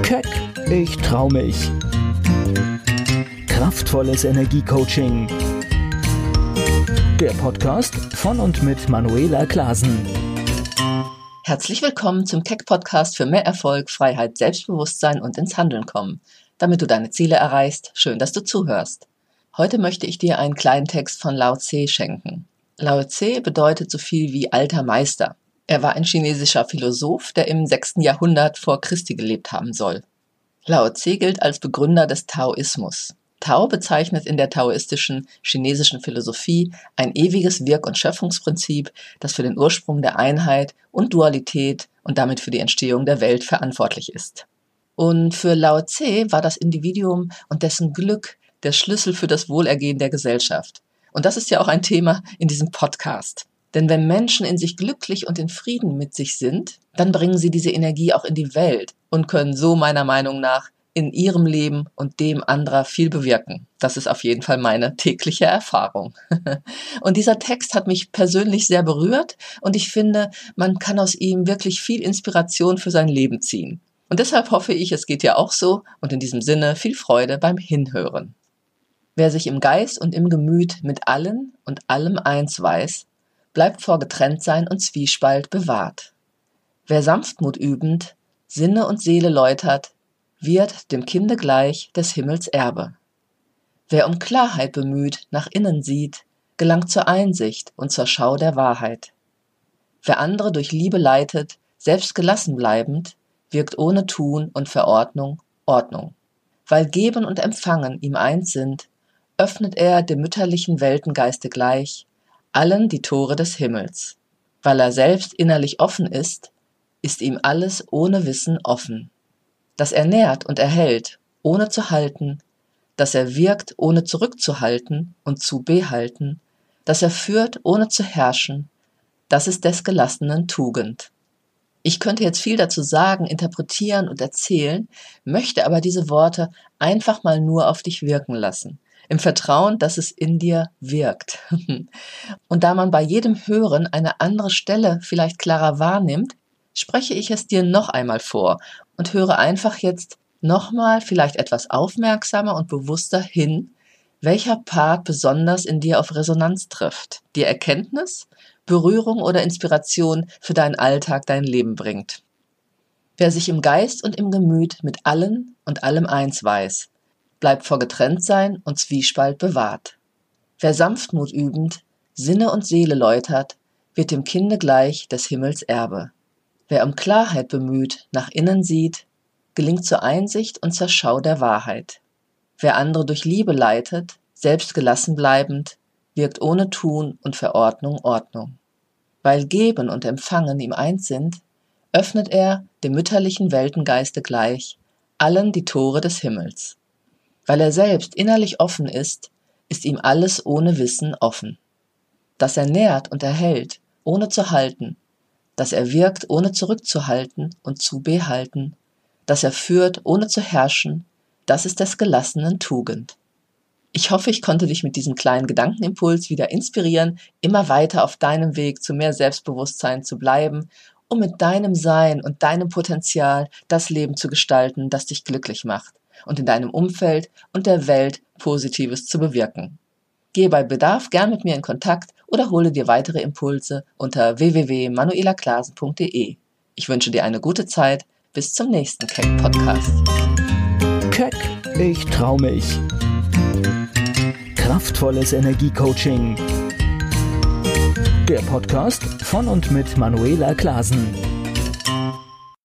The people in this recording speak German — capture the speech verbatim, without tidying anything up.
Keck, ich trau mich. Kraftvolles Energiecoaching. Der Podcast von und mit Manuela Klasen. Herzlich willkommen zum Keck-Podcast für mehr Erfolg, Freiheit, Selbstbewusstsein und ins Handeln kommen. Damit du deine Ziele erreichst, schön, dass du zuhörst. Heute möchte ich dir einen kleinen Text von Lao Tse schenken. Lao Tse bedeutet so viel wie alter Meister. Er war ein chinesischer Philosoph, der im sechsten Jahrhundert vor Christi gelebt haben soll. Lao Tse gilt als Begründer des Taoismus. Tao bezeichnet in der taoistischen chinesischen Philosophie ein ewiges Wirk- und Schöpfungsprinzip, das für den Ursprung der Einheit und Dualität und damit für die Entstehung der Welt verantwortlich ist. Und für Lao Tse war das Individuum und dessen Glück der Schlüssel für das Wohlergehen der Gesellschaft. Und das ist ja auch ein Thema in diesem Podcast. Denn wenn Menschen in sich glücklich und in Frieden mit sich sind, dann bringen sie diese Energie auch in die Welt und können so meiner Meinung nach in ihrem Leben und dem anderer viel bewirken. Das ist auf jeden Fall meine tägliche Erfahrung. Und dieser Text hat mich persönlich sehr berührt und ich finde, man kann aus ihm wirklich viel Inspiration für sein Leben ziehen. Und deshalb hoffe ich, es geht dir auch so und in diesem Sinne viel Freude beim Hinhören. Wer sich im Geist und im Gemüt mit allen und allem eins weiß, bleibt vor Getrenntsein und Zwiespalt bewahrt. Wer Sanftmut übend, Sinne und Seele läutert, wird dem Kinde gleich des Himmels Erbe. Wer um Klarheit bemüht nach innen sieht, gelangt zur Einsicht und zur Schau der Wahrheit. Wer andere durch Liebe leitet, selbst gelassen bleibend, wirkt ohne Tun und Verordnung Ordnung. Weil Geben und Empfangen ihm eins sind, öffnet er dem mütterlichen Weltengeiste gleich allen die Tore des Himmels. Weil er selbst innerlich offen ist, ist ihm alles ohne Wissen offen. Dass er nährt und erhält, ohne zu halten, dass er wirkt, ohne zurückzuhalten und zu behalten, dass er führt, ohne zu herrschen, das ist des Gelassenen Tugend. Ich könnte jetzt viel dazu sagen, interpretieren und erzählen, möchte aber diese Worte einfach mal nur auf dich wirken lassen, im Vertrauen, dass es in dir wirkt. Und da man bei jedem Hören eine andere Stelle vielleicht klarer wahrnimmt, spreche ich es dir noch einmal vor und höre einfach jetzt nochmal vielleicht etwas aufmerksamer und bewusster hin, welcher Part besonders in dir auf Resonanz trifft, dir Erkenntnis, Berührung oder Inspiration für deinen Alltag, dein Leben bringt. Wer sich im Geist und im Gemüt mit allen und allem eins weiß, bleibt vor Getrenntsein und Zwiespalt bewahrt. Wer Sanftmut übend, Sinne und Seele läutert, wird dem Kinde gleich des Himmels Erbe. Wer um Klarheit bemüht, nach innen sieht, gelingt zur Einsicht und zur Schau der Wahrheit. Wer andere durch Liebe leitet, selbst gelassen bleibend, wirkt ohne Tun und Verordnung Ordnung. Weil Geben und Empfangen ihm eins sind, öffnet er dem mütterlichen Weltengeiste gleich allen die Tore des Himmels. Weil er selbst innerlich offen ist, ist ihm alles ohne Wissen offen. Dass er nährt und erhält, ohne zu halten, dass er wirkt, ohne zurückzuhalten und zu behalten, dass er führt, ohne zu herrschen, das ist des Gelassenen Tugend. Ich hoffe, ich konnte dich mit diesem kleinen Gedankenimpuls wieder inspirieren, immer weiter auf deinem Weg zu mehr Selbstbewusstsein zu bleiben, um mit deinem Sein und deinem Potenzial das Leben zu gestalten, das dich glücklich macht und in deinem Umfeld und der Welt Positives zu bewirken. Gehe bei Bedarf gern mit mir in Kontakt oder hole dir weitere Impulse unter w w w punkt manuela klasen punkt d e. Ich wünsche dir eine gute Zeit. Bis zum nächsten Keck-Podcast. Keck, ich trau mich. Kraftvolles Energiecoaching. Der Podcast von und mit Manuela Klasen.